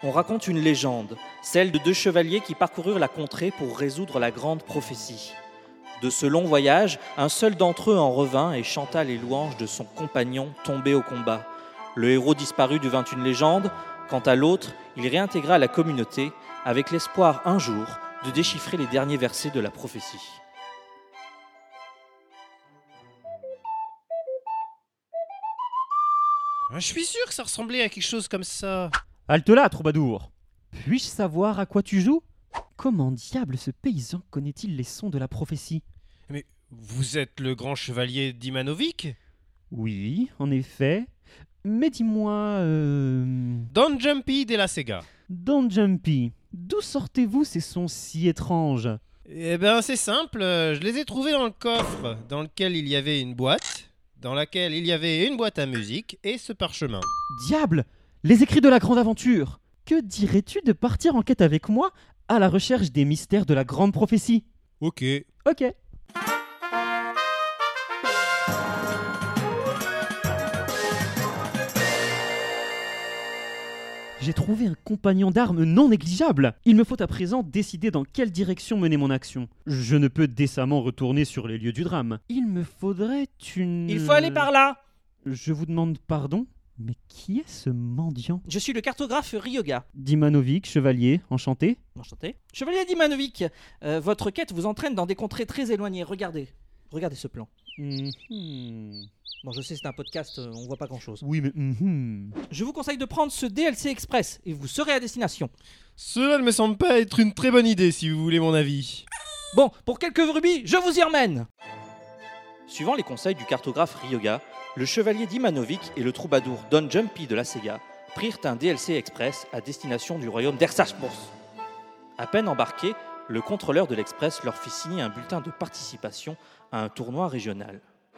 On raconte une légende, celle de deux chevaliers qui parcoururent la contrée pour résoudre la grande prophétie. De ce long voyage, un seul d'entre eux en revint et chanta les louanges de son compagnon tombé au combat. Le héros disparut devint une légende, quant à l'autre, il réintégra la communauté avec l'espoir un jour de déchiffrer les derniers versets de la prophétie. Je suis sûr que ça ressemblait à quelque chose comme ça. Halte là, troubadour. Puis-je savoir à quoi tu joues ? Comment diable ce paysan connaît-il les sons de la prophétie ? Mais vous êtes le grand chevalier d'Imanovic ? Oui, en effet. Mais dis-moi, Don Jumpy de la Sega. Don Jumpy, d'où sortez-vous ces sons si étranges ? Eh ben c'est simple, je les ai trouvés dans le coffre, dans lequel il y avait une boîte, dans laquelle il y avait une boîte à musique et ce parchemin. Diable ! Les écrits de la grande aventure ! Que dirais-tu de partir en quête avec moi à la recherche des mystères de la grande prophétie ? Ok. Ok. J'ai trouvé un compagnon d'armes non négligeable. Il me faut à présent décider dans quelle direction mener mon action. Je ne peux décemment retourner sur les lieux du drame. Il me faudrait une... Il faut aller par là. Je vous demande pardon, mais qui est ce mendiant ? Je suis le cartographe Ryoga. Dimanovic, chevalier, enchanté. Enchanté. Chevalier Dimanovic, votre quête vous entraîne dans des contrées très éloignées. Regardez ce plan. Bon, je sais, c'est un podcast, on voit pas grand-chose. Oui, mais... Je vous conseille de prendre ce DLC Express et vous serez à destination. Cela ne me semble pas être une très bonne idée si vous voulez mon avis. Bon, pour quelques rubis, je vous y emmène. Suivant les conseils du cartographe Ryoga, le chevalier d'Imanovic et le troubadour Don Jumpy de la Sega prirent un DLC Express à destination du royaume d'Ersachmos. À peine embarqués, le contrôleur de l'Express leur fit signer un bulletin de participation à un tournoi régional.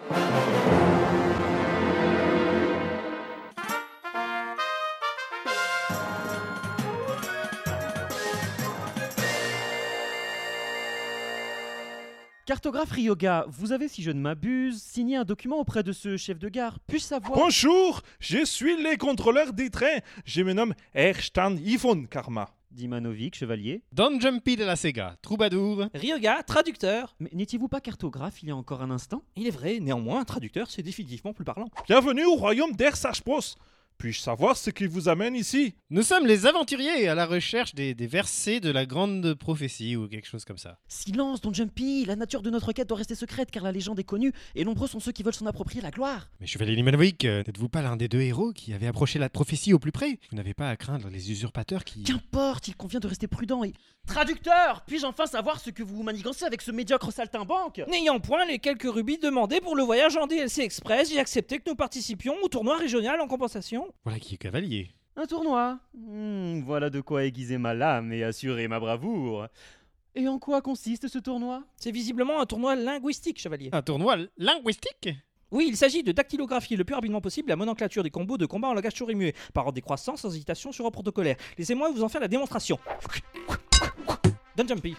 Cartographe Ryoga, vous avez, si je ne m'abuse, signé un document auprès de ce chef de gare. Puis-je savoir... Bonjour, je suis le contrôleur des trains. Je me nomme Erstan Yvon Karma. Dimanovic, chevalier. Don Jumpy de la Sega, troubadour. Ryoga, traducteur. Mais n'étiez-vous pas cartographe il y a encore un instant ? Il est vrai, néanmoins, un traducteur, c'est définitivement plus parlant. Bienvenue au royaume d'Ersachmos. Puis-je savoir ce qui vous amène ici ? Nous sommes les aventuriers à la recherche des versets de la grande prophétie ou quelque chose comme ça. Silence, Don Jumpy. La nature de notre quête doit rester secrète car la légende est connue et nombreux sont ceux qui veulent s'en approprier la gloire. Mais chevalier d'Imanovic, n'êtes-vous pas l'un des deux héros qui avait approché la prophétie au plus près ? Vous n'avez pas à craindre les usurpateurs qui... Qu'importe, il convient de rester prudent et... Traducteur, puis-je enfin savoir ce que vous manigancez avec ce médiocre saltimbanque ? N'ayant point les quelques rubis demandés pour le voyage en DLC Express, j'ai accepté que nous participions au tournoi régional en compensation. Voilà qui est cavalier. Un tournoi. Voilà de quoi aiguiser ma lame et assurer ma bravoure. Et en quoi consiste ce tournoi ? C'est visiblement un tournoi linguistique, chevalier. Un tournoi linguistique ? Oui, il s'agit de dactylographier le plus rapidement possible la nomenclature des combos de combat en langage sourd et muet, par ordre décroissant, sans hésitation sur un protocolaire. Laissez-moi vous en faire la démonstration. Don Jumpy.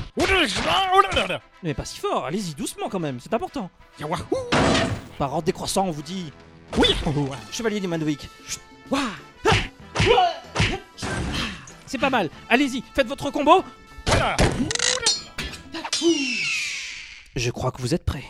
Mais pas si fort, allez-y doucement quand même, c'est important. Par ordre décroissant, on vous dit... Oui. Chevalier d'Imanovic. C'est pas mal, allez-y, faites votre combo. Je crois que vous êtes prêts.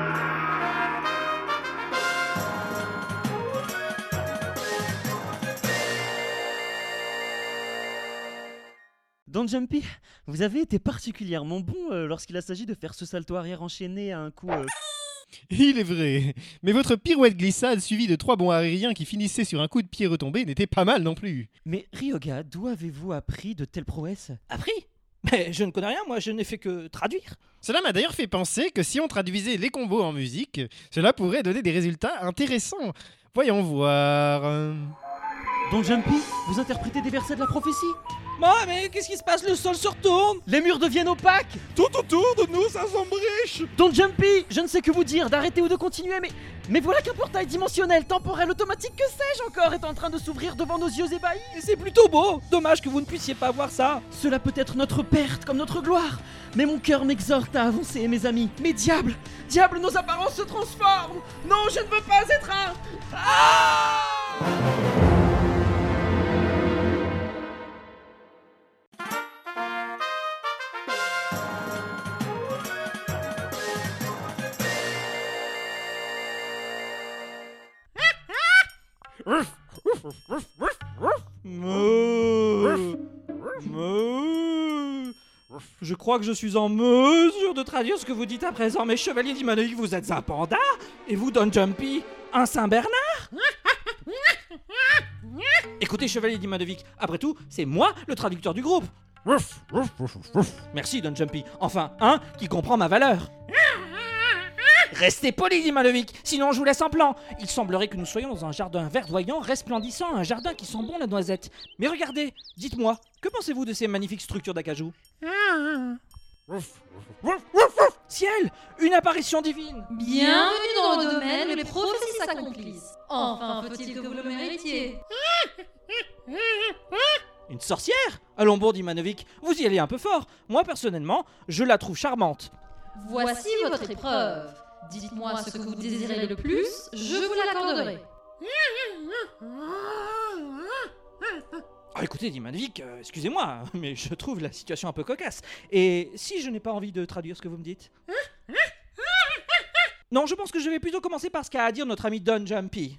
Don Jumpy, vous avez été particulièrement bon lorsqu'il a s'agi de faire ce salto arrière enchaîné à un coup... Il est vrai. Mais votre pirouette glissade suivie de 3 bonds aériens qui finissaient sur un coup de pied retombé n'était pas mal non plus. Mais Ryoga, d'où avez-vous appris de telles prouesses ? Appris ? Mais je ne connais rien, moi je n'ai fait que traduire. Cela m'a d'ailleurs fait penser que si on traduisait les combos en musique, cela pourrait donner des résultats intéressants. Voyons voir... Don Jumpy, vous interprétez des versets de la prophétie ? Mais qu'est-ce qui se passe ? Le sol se retourne. Les murs deviennent opaques. Tout autour de nous, ça s'embriche. Don Jumpy, je ne sais que vous dire, d'arrêter ou de continuer, mais voilà qu'un portail dimensionnel, temporel, automatique, que sais-je encore, est en train de s'ouvrir devant nos yeux ébahis. Et c'est plutôt beau. Dommage que vous ne puissiez pas voir ça. Cela peut être notre perte comme notre gloire, mais mon cœur m'exhorte à avancer, mes amis. Mais diable, nos apparences se transforment. Non, je ne veux pas être un... Je crois que je suis en mesure de traduire ce que vous dites à présent, mais chevalier d'Imanovic, vous êtes un panda, et vous, Don Jumpy, un Saint-Bernard. Écoutez, chevalier d'Imanovic, après tout, c'est moi le traducteur du groupe. Merci, Don Jumpy. Enfin, un qui comprend ma valeur. Restez poli, dit Malovic, sinon je vous laisse en plan. Il semblerait que nous soyons dans un jardin verdoyant, resplendissant, un jardin qui sent bon la noisette. Mais regardez, dites-moi, que pensez-vous de ces magnifiques structures d'acajou? Ciel, une apparition divine. Bienvenue dans le domaine où les prophéties s'accomplissent. Enfin, faut-il que vous le méritiez. Une sorcière? Allons bon, dit Manovic, vous y allez un peu fort. Moi, personnellement, je la trouve charmante. Voici votre épreuve. Dites-moi ce que vous désirez le plus, je vous l'accorderai. Ah, écoutez, dit Manovic, excusez-moi, mais je trouve la situation un peu cocasse. Et si je n'ai pas envie de traduire ce que vous me dites? Non, je pense que je vais plutôt commencer par ce qu'a à dire notre ami Don Jumpy.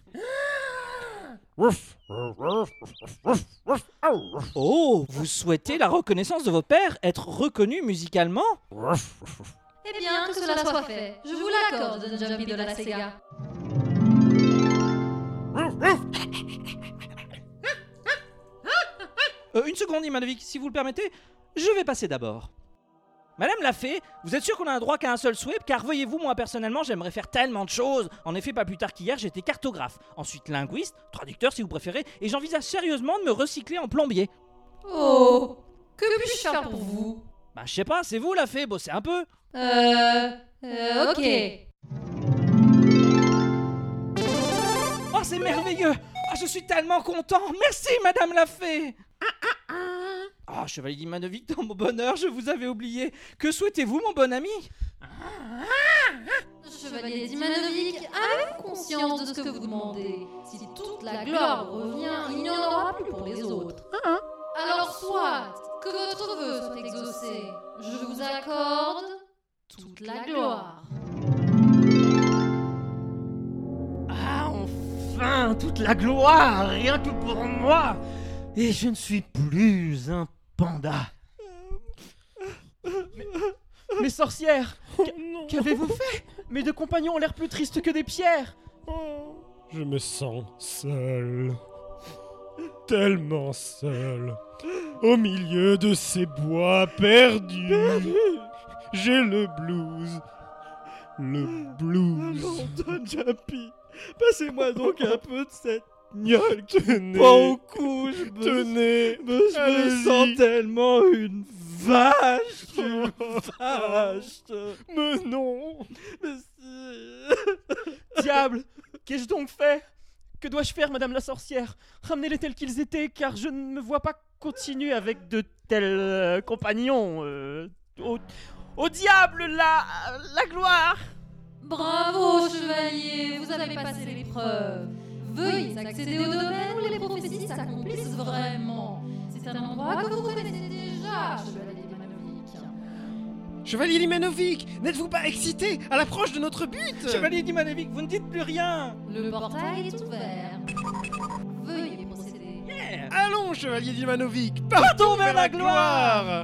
Oh, vous souhaitez la reconnaissance de votre père, être reconnu musicalement? Eh bien, que cela soit fait. Je vous l'accorde, Don Jumpy de la Sega. Une seconde, dit Manovic, si vous le permettez, je vais passer d'abord. Madame la fée, vous êtes sûre qu'on a un droit qu'à un seul souhait? Car voyez-vous, moi personnellement, j'aimerais faire tellement de choses. En effet, pas plus tard qu'hier, j'étais cartographe, ensuite linguiste, traducteur si vous préférez, et j'envisage sérieusement de me recycler en plombier. Oh, que puis-je faire pour vous? Bah, je sais pas, c'est vous la fée, bossez un peu. Ok. Oh, c'est merveilleux! Ah, je suis tellement content! Merci, Madame la fée! Ah, chevalier d'Imanovic, dans mon bonheur, je vous avais oublié. Que souhaitez-vous, mon bon ami? Chevalier d'Imanovic, avez-vous conscience de ce que vous demandez? Si toute la gloire vous revient, il n'y en aura plus pour les autres. Alors soit que votre vœu soit exaucé, je vous accorde toute la gloire. Ah, enfin, toute la gloire, rien que pour moi. Et je ne suis plus un panda. Mais sorcière, qu'avez-vous fait? Mes deux compagnons ont l'air plus tristes que des pierres. Je me sens seul. Tellement seul. Au milieu de ces bois perdus. J'ai le blues. Le blues. Non, Don Jumpy, passez-moi donc un peu de cette gnôle qui Tenez. pas au cou. Je Tenez. me Allez-y. sens tellement une vache. Une vache. Mais non. Mais si. Diable, qu'ai-je donc fait? Que dois-je faire, madame la sorcière? Ramenez-les tels qu'ils étaient, car je ne me vois pas continuer avec de tels compagnons. Au diable, la gloire! Bravo, chevalier, vous avez passé l'épreuve. Veuillez accéder au domaine où les prophéties s'accomplissent vraiment. C'est un endroit que vous connaissez déjà, chevalier d'Imanovic. Chevalier Limanovic, n'êtes-vous pas excité à l'approche de notre but? Chevalier d'Imanovic, vous ne dites plus rien. Le portail est ouvert. Veuillez procéder. Yeah. Allons, chevalier Limanovic, Partons vers la gloire.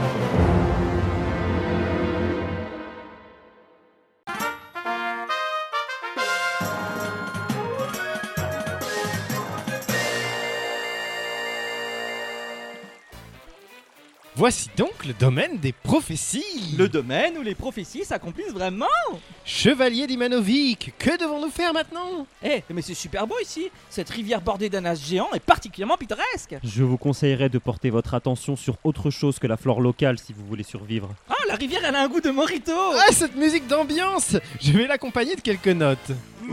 Voici donc le domaine des prophéties. Le domaine où les prophéties s'accomplissent vraiment. Chevalier d'Imanovic, que devons-nous faire maintenant? Eh, mais c'est super beau ici. Cette rivière bordée d'un as géant est particulièrement pittoresque. Je vous conseillerais de porter votre attention sur autre chose que la flore locale si vous voulez survivre. Ah, la rivière, elle a un goût de mojito. Ah, cette musique d'ambiance! Je vais l'accompagner de quelques notes.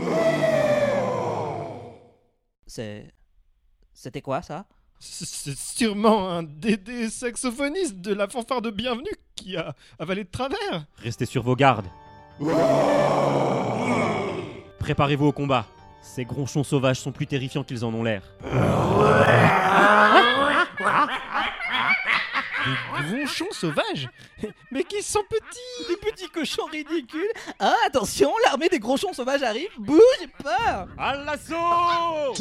C'était quoi ça? C'est sûrement un dédé saxophoniste de la fanfare de bienvenue qui a avalé de travers. Restez sur vos gardes. Préparez-vous au combat. Ces gronchons sauvages sont plus terrifiants qu'ils en ont l'air. Des gronchons sauvages? Mais qui sont petits! Des petits cochons ridicules. Ah, attention, l'armée des gronchons sauvages arrive. Bouh, j'ai peur. À l'assaut!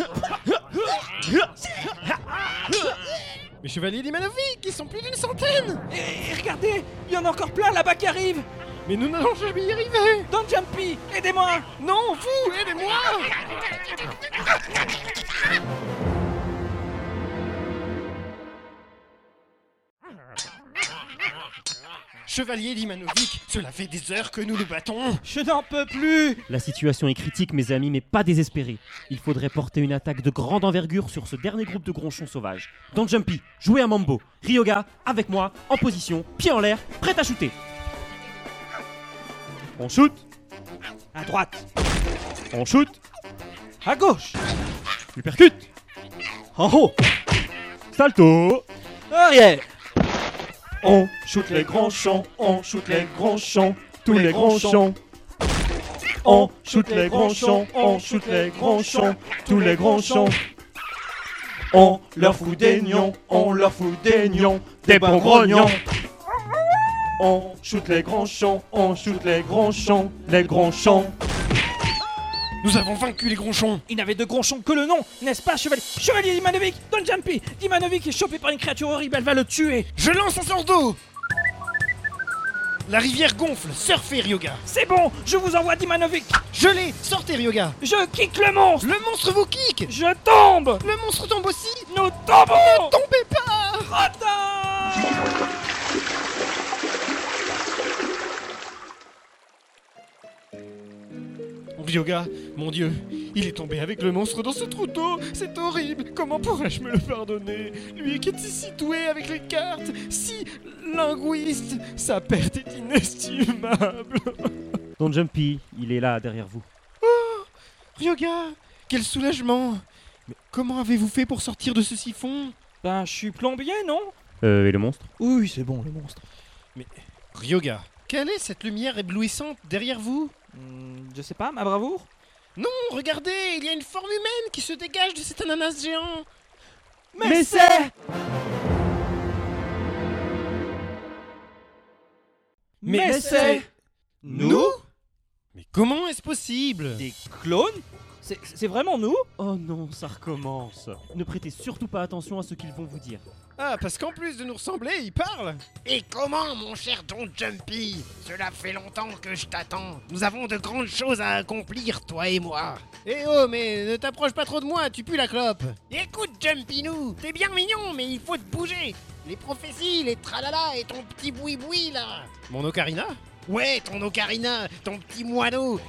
Mais chevaliers d'Imanovic, ils sont plus d'une centaine! Et regardez, il y en a encore plein là-bas qui arrivent. Mais nous n'allons jamais y arriver! Don Jumpy, aidez-moi. Non, vous, aidez-moi! Chevalier d'Imanovic, cela fait des heures que nous nous battons! Je n'en peux plus. La situation est critique, mes amis, mais pas désespérée. Il faudrait porter une attaque de grande envergure sur ce dernier groupe de gronchons sauvages. Don Jumpy, jouez un mambo. Ryoga, avec moi, en position, pied en l'air, prêt à shooter. On shoot. À droite, On shoot. à gauche, Tu percutes. en haut, Salto. arrière. On shoot les gronchons, on shoot les gronchons, tous les gronchons. On shoot les gronchons, on shoot les gronchons, tous les gronchons. On leur fout des nions, on leur fout des nions, des bons grognons. On shoot les gronchons, on shoot les gronchons, les gronchons. Nous avons vaincu les gronchons! Il n'avait de gronchons que le nom, n'est-ce pas, Chevalier d'Imanovic? Don Jumpy, d'Imanovic est chopé par une créature horrible, elle va le tuer. Je lance un sort d'eau! La rivière gonfle, surfez Ryoga! C'est bon, je vous envoie d'Imanovic. Je l'ai, sortez Ryoga! Je kick le monstre. Le monstre vous kick! Je tombe. Le monstre tombe aussi! Nous tombons. Tombez pas! Retard. Ryoga, mon dieu, il est tombé avec le monstre dans ce trou d'eau! C'est horrible! Comment pourrais-je me le pardonner? Lui qui était si doué avec les cartes, si linguiste, sa perte est inestimable! Don Jumpy, il est là derrière vous. Ryoga, quel soulagement! Mais comment avez-vous fait pour sortir de ce siphon? Ben, je suis plombier, non? Et le monstre? Oui, c'est bon, le monstre. Ryoga, quelle est cette lumière éblouissante derrière vous? Je sais pas, ma bravoure? Non, regardez, il y a une forme humaine qui se dégage de cet ananas géant! Mais c'est... Mais c'est... Nous? Mais comment est-ce possible? Des clones? C'est vraiment nous? Oh non, ça recommence. Ne prêtez surtout pas attention à ce qu'ils vont vous dire. Ah, parce qu'en plus de nous ressembler, il parle! Et comment, mon cher Don Jumpy? Cela fait longtemps que je t'attends. Nous avons de grandes choses à accomplir, toi et moi. Eh oh, mais ne t'approche pas trop de moi, tu pues la clope! Écoute, Jumpy-nous, t'es bien mignon, mais il faut te bouger. Les prophéties, les tralala et ton petit boui-boui, là. Mon ocarina? Ouais, ton ocarina, ton petit moineau.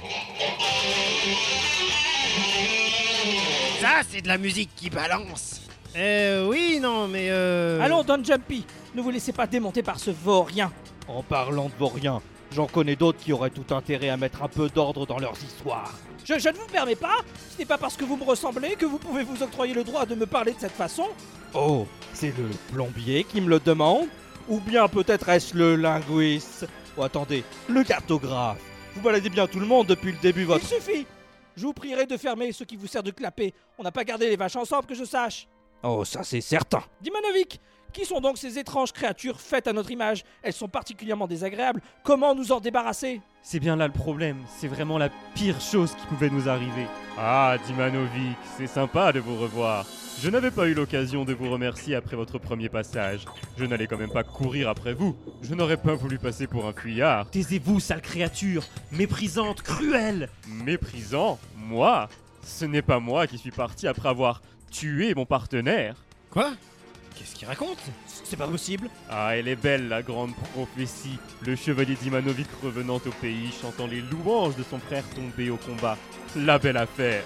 Ça, c'est de la musique qui balance. Oui, non, mais Allons, Don Jumpy, ne vous laissez pas démonter par ce vaurien. En parlant de vauriens, j'en connais d'autres qui auraient tout intérêt à mettre un peu d'ordre dans leurs histoires. Je ne vous permets pas, ce n'est pas parce que vous me ressemblez que vous pouvez vous octroyer le droit de me parler de cette façon. Oh, c'est le plombier qui me le demande? Ou bien peut-être est-ce le linguiste? Oh, attendez, le cartographe. Vous baladez bien tout le monde depuis le début, votre... Il suffit. Je vous prierai de fermer ce qui vous sert de clapet. On n'a pas gardé les vaches ensemble que je sache. Oh, ça c'est certain. Dimanovic, qui sont donc ces étranges créatures faites à notre image? Elles sont particulièrement désagréables. Comment nous en débarrasser? C'est bien là le problème, c'est vraiment la pire chose qui pouvait nous arriver. Ah, Dimanovic, c'est sympa de vous revoir. Je n'avais pas eu l'occasion de vous remercier après votre premier passage. Je n'allais quand même pas courir après vous. Je n'aurais pas voulu passer pour un fuyard. Taisez-vous, sale créature, méprisante, cruelle. Méprisant? Moi? Ce n'est pas moi qui suis parti après avoir tué mon partenaire. Quoi? Qu'est-ce qu'il raconte? C'est pas possible. Ah, elle est belle, la grande prophétie. Le chevalier d'Imanovic revenant au pays, chantant les louanges de son frère tombé au combat. La belle affaire.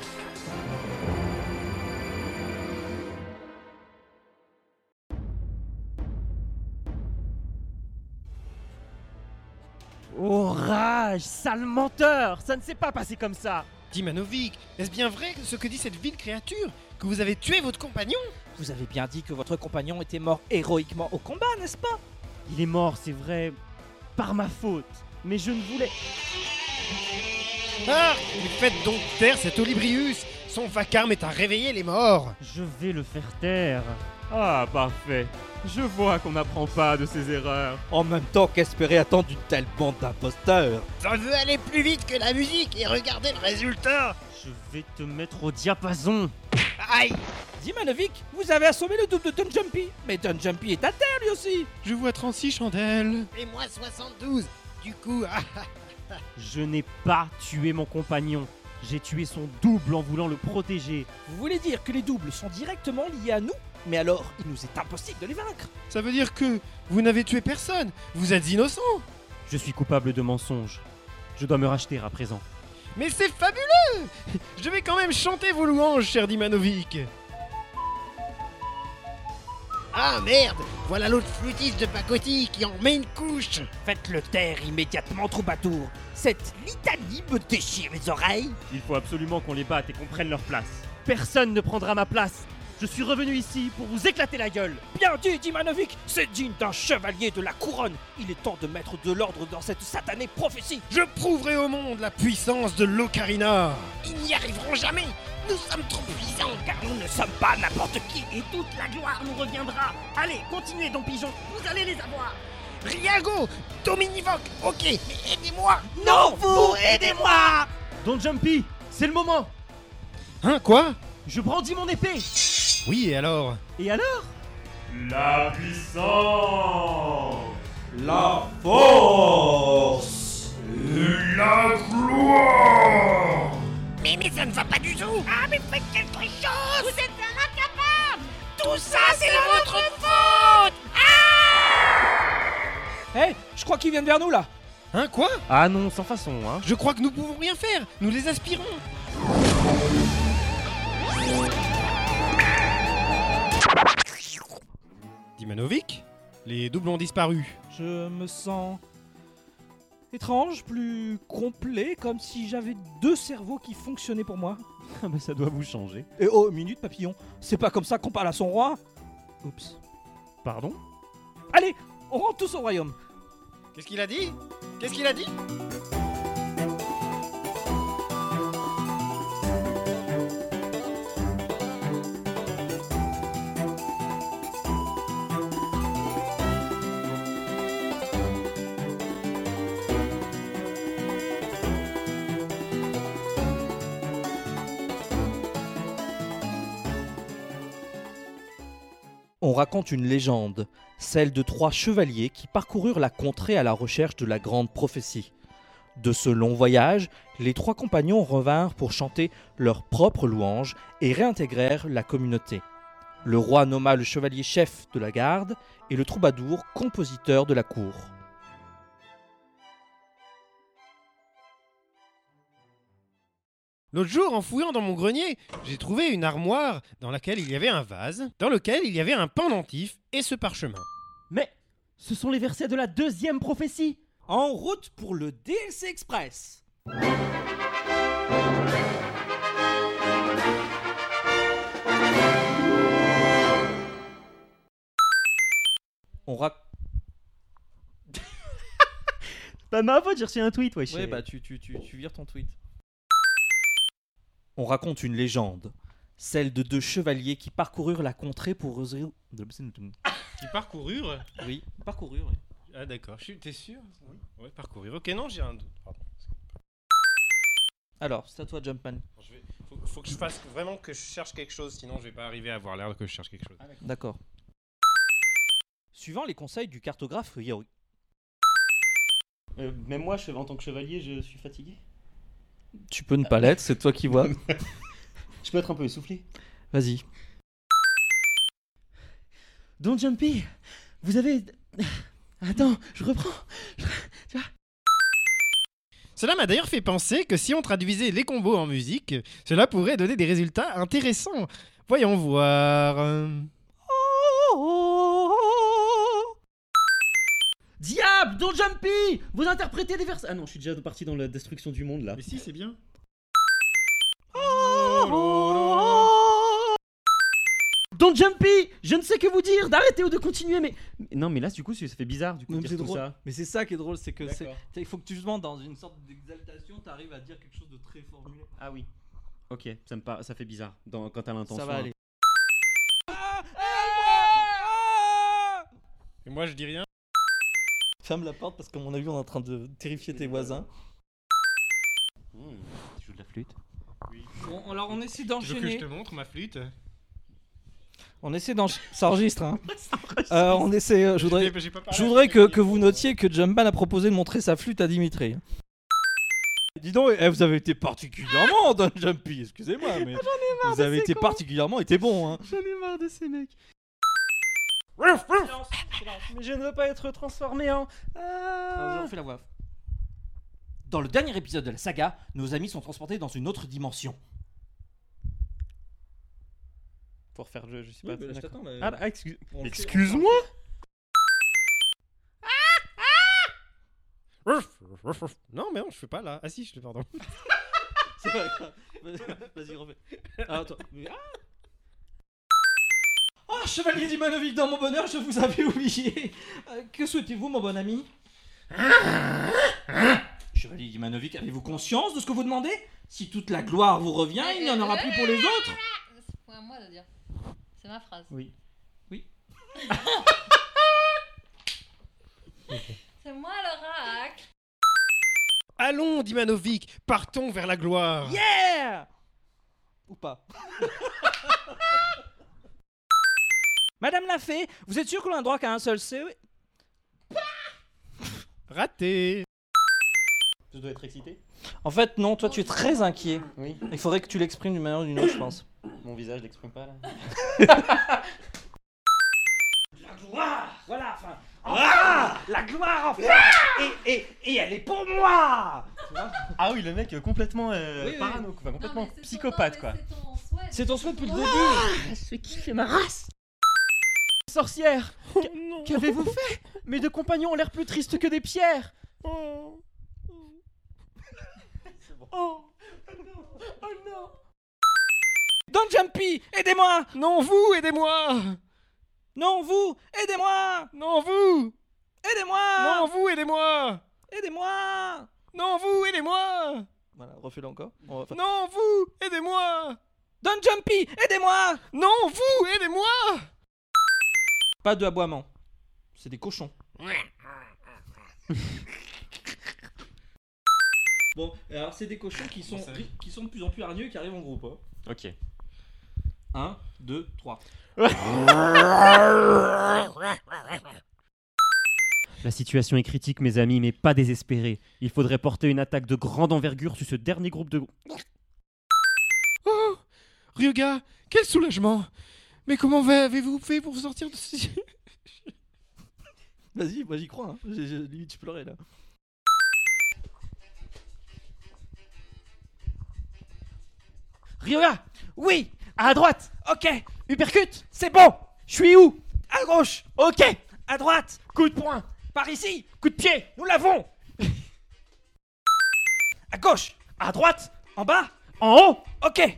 Oh rage, sale menteur, ça ne s'est pas passé comme ça. Dimanovic, est-ce bien vrai ce que dit cette vile créature? Que vous avez tué votre compagnon? Vous avez bien dit que votre compagnon était mort héroïquement au combat, n'est-ce pas? Il est mort, c'est vrai, par ma faute, mais je ne voulais... Ah! Mais faites donc taire cet Olibrius! Son vacarme est à réveiller les morts! Je vais le faire taire. Ah, parfait. Je vois qu'on n'apprend pas de ses erreurs. En même temps, qu'espérer attendre d'une telle bande d'imposteurs? Ça veut aller plus vite que la musique et regardez le résultat. Je vais te mettre au diapason. Aïe. Dimanovic, vous avez assommé le double de Don Jumpy. Mais Don Jumpy est à terre lui aussi. Je vois 36 chandelles. Et moi 72. Du coup, Je n'ai pas tué mon compagnon. J'ai tué son double en voulant le protéger. Vous voulez dire que les doubles sont directement liés à nous? Mais alors, il nous est impossible de les vaincre. Ça veut dire que vous n'avez tué personne. Vous êtes innocent. Je suis coupable de mensonge. Je dois me racheter à présent. Mais c'est fabuleux. Je vais quand même chanter vos louanges, cher Dimanovic. ah merde. Voilà l'autre flûtiste de pacotille qui en met une couche. Faites-le taire immédiatement, troubadour. Cette litanie me déchire les oreilles. Il faut absolument qu'on les batte et qu'on prenne leur place. Personne ne prendra ma place. Je suis revenu ici pour vous éclater la gueule. Bien dit, Dimanovic. C'est digne d'un chevalier de la couronne. Il est temps de mettre de l'ordre dans cette satanée prophétie. Je prouverai au monde la puissance de l'Ocarina. Ils n'y arriveront jamais. Nous sommes trop puissants. Car nous ne sommes pas n'importe qui. Et toute la gloire nous reviendra. Allez, continuez, Don Pigeon. Vous allez les avoir. Riago, Dominivoque, ok, mais aidez-moi. Non, vous, aidez-moi. Don Jumpy, c'est le moment. Hein, quoi? Je brandis mon épée. Oui, et alors? Et alors? La puissance, La force. la gloire. Mais ça ne va pas du tout. Ah, mais faites quelque chose. Vous êtes incapables. Tout ça, c'est de votre faute. Hé, je crois qu'ils viennent vers nous là. Hein, quoi? Ah non, sans façon, hein. Je crois que nous pouvons rien faire. Nous les aspirons. Dimanovic, les doubles ont disparu. Je me sens étrange, plus complet, comme si j'avais deux cerveaux qui fonctionnaient pour moi. Ah bah ça doit vous changer. Et oh, minute papillon, c'est pas comme ça qu'on parle à son roi. Oups. Pardon? Allez, on rentre tous au royaume. Qu'est-ce qu'il a dit? Qu'est-ce qu'il a dit? On raconte une légende, celle de 3 chevaliers qui parcoururent la contrée à la recherche de la grande prophétie. De ce long voyage, les 3 compagnons revinrent pour chanter leurs propres louanges et réintégrèrent la communauté. Le roi nomma le chevalier chef de la garde et le troubadour compositeur de la cour. L'autre jour, en fouillant dans mon grenier, j'ai trouvé une armoire dans laquelle il y avait un vase, dans lequel il y avait un pendentif et ce parchemin. Mais ce sont les versets de la 2e prophétie. En route pour le DLC Express. On raconte... Pas ma faute, j'ai reçu un tweet, wesh. Ouais, bah tu vires ton tweet. On raconte une légende, celle de 2 chevaliers qui parcoururent la contrée pour résoudre... Qui parcoururent? Oui, parcoururent, oui. Ah d'accord, t'es sûr? Oui. Ouais, parcourir. Ok, non, j'ai un doute. Pardon. Alors, c'est à toi, Jumpman. Faut que je fasse vraiment que je cherche quelque chose, sinon je vais pas arriver à avoir l'air que je cherche quelque chose. D'accord. Suivant les conseils du cartographe Yori. Même moi, en tant que chevalier, je suis fatigué. Tu peux ne pas l'être, c'est toi qui vois. Je peux être un peu essoufflé. Vas-y. Don Jumpy, vous avez... Attends, je reprends. Tu vois? Cela m'a d'ailleurs fait penser que si on traduisait les combos en musique, cela pourrait donner des résultats intéressants. Voyons voir. Diable, Don Jumpy, vous interprétez des versets... Ah non, je suis déjà parti dans la destruction du monde, là. Mais si, c'est bien. Don Jumpy, je ne sais que vous dire, d'arrêter ou de continuer, mais... Non, mais là, du coup, ça fait bizarre, du coup, de dire c'est tout drôle. ça. Mais c'est ça qui est drôle, c'est que D'accord. il faut que tu justement dans une sorte d'exaltation, tu arrives à dire quelque chose de très formulé. Ah oui. Ok, ça fait bizarre quand t'as l'intention. Ça va aller. Moi, je dis rien. Ferme la porte parce qu'à mon avis, on est en train de terrifier tes voisins. Tu joues de la flûte? Bon, alors on essaie Tu veux que je d'enchaîner. te montre ma flûte? On essaie ça enregistre, hein. On essaie. Je voudrais J'ai pas parlé Je voudrais avec que vous notiez que Jumpman a proposé de montrer sa flûte à Dimitri. Dis donc, vous avez été particulièrement Don Jumpy, excusez-moi, mais vous avez été particulièrement été bon. Hein. J'en ai marre de ces mecs. Silence, silence. Mais je ne veux pas être transformé en... Je refais la voix. Dans le dernier épisode de la saga, nos amis sont transportés dans une autre dimension. Pour faire je sais pas. je t'attends. Excuse-moi. Non, mais non, je fais pas là. Ah si, je fais, pardon. C'est pas grave. Vas-y, refais. Ah, attends. Ah, chevalier d'Imanovic, dans mon bonheur, je vous avais oublié. Que souhaitez-vous, mon bon ami? Chevalier d'Imanovic, avez-vous conscience de ce que vous demandez? Si toute la gloire vous revient, il n'y en aura plus pour les autres. C'est pas à moi de dire. C'est ma phrase. Oui. C'est moi l'oracle. Allons, Dimanovic, partons vers la gloire. Yeah! Ou pas. Madame la fée, vous êtes sûre que l'on a droit qu'à un seul C? Raté. Je dois être excité. En fait, non, toi tu es très inquiet. Oui. Il faudrait que tu l'exprimes d'une manière ou d'une autre, je pense. Mon visage l'exprime pas là. La gloire, voilà, enfin. La gloire, enfin. Et elle est pour moi. Ah oui, le mec complètement oui. parano, quoi, complètement Non, mais c'est psychopathe ton- quoi. C'est ton souhait. C'est ton souhait depuis le début. Ce qui fait ma race. Sorcière, qu'avez-vous fait? Mes deux compagnons ont l'air plus tristes que des pierres. Oh. Oh non. Don Jumpy, aidez-moi. Non, vous, aidez-moi. Non, vous, aidez-moi. Non, vous. Aidez-moi. Non, vous, aidez-moi. Aidez-moi. Non, vous, aidez-moi. Voilà, refais-le encore. On va faire- Non, vous, aidez-moi. Don Jumpy, aidez-moi. Non, vous, aidez-moi. Pas de aboiement. C'est des cochons. Bon, alors c'est des cochons qui sont de plus en plus hargneux et qui arrivent en groupe. Hein. Ok. 1, 2, 3. La situation est critique, mes amis, mais pas désespérée. Il faudrait porter une attaque de grande envergure sur ce dernier groupe de... Oh, Ryoga, quel soulagement. Mais comment avez-vous fait pour sortir de ce... Vas-y, moi j'y crois. Hein. Limite, je pleurais là. Ryoga, oui, à droite. Ok, Uppercut. c'est bon. Je suis où? À gauche, Ok. à droite, Coup de poing. par ici, Coup de pied. nous l'avons. À gauche, À droite. en bas, En haut. ok.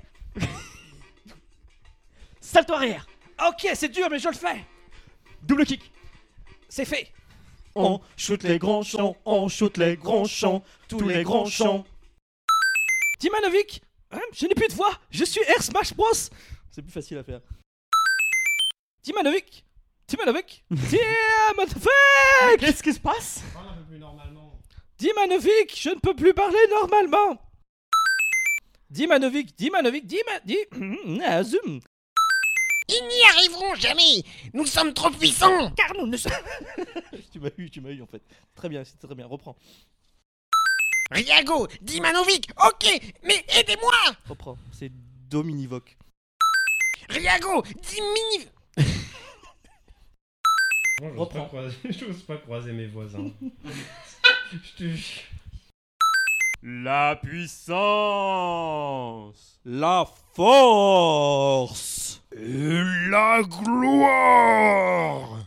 Salto arrière. Ok, c'est dur, mais je le fais. Double kick. C'est fait. On shoot les grands champs, on shoot les grands champs, tous les grands champs. Dimanovic, je n'ai plus de voix. Je suis Air Smash Bros. C'est plus facile à faire. Dimanovic, Dimanovic. Qu'est-ce qui se passe? Parle un peu plus normalement. Dimanovic, je ne peux plus parler normalement. Dimanovic, Zoom. Ils n'y arriveront jamais. Nous sommes trop puissants. Car nous ne sommes... tu m'as eu en fait. Très bien, c'était très bien, reprends. Ryago, Dimanovic, ok, mais aidez-moi. Reprends, c'est Dominivoc. Ryago, Dimini... Reprends. J'ose pas croiser mes voisins. Je te jure. La puissance. La force. Et la gloire.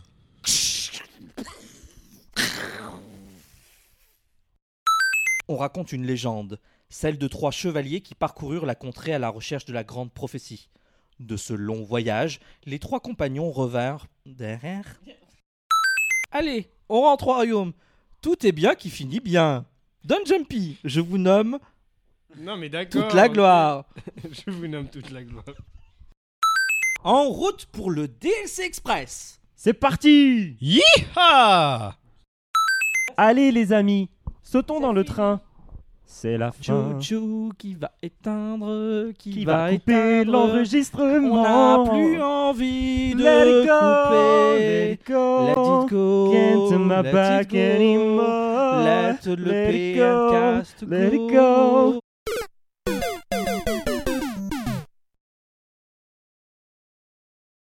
On raconte une légende, celle de 3 chevaliers qui parcoururent la contrée à la recherche de la grande prophétie. De ce long voyage, les 3 compagnons revinrent derrière. Allez, on rentre au royaume. Tout est bien qui finit bien. Don Jumpy, je vous nomme Non, mais d'accord. toute la gloire. Je vous nomme toute la gloire. En route pour le DLC Express. C'est parti! Yeeha! Allez les amis, sautons dans le train. C'est la fin. Chouchou qui va éteindre, Qui va couper éteindre. l'enregistrement. On n'a plus envie de Let it go, couper. let it go. Let it go. Can't turn my let it back go. anymore. Let le Let it go, PNcast let it go. go.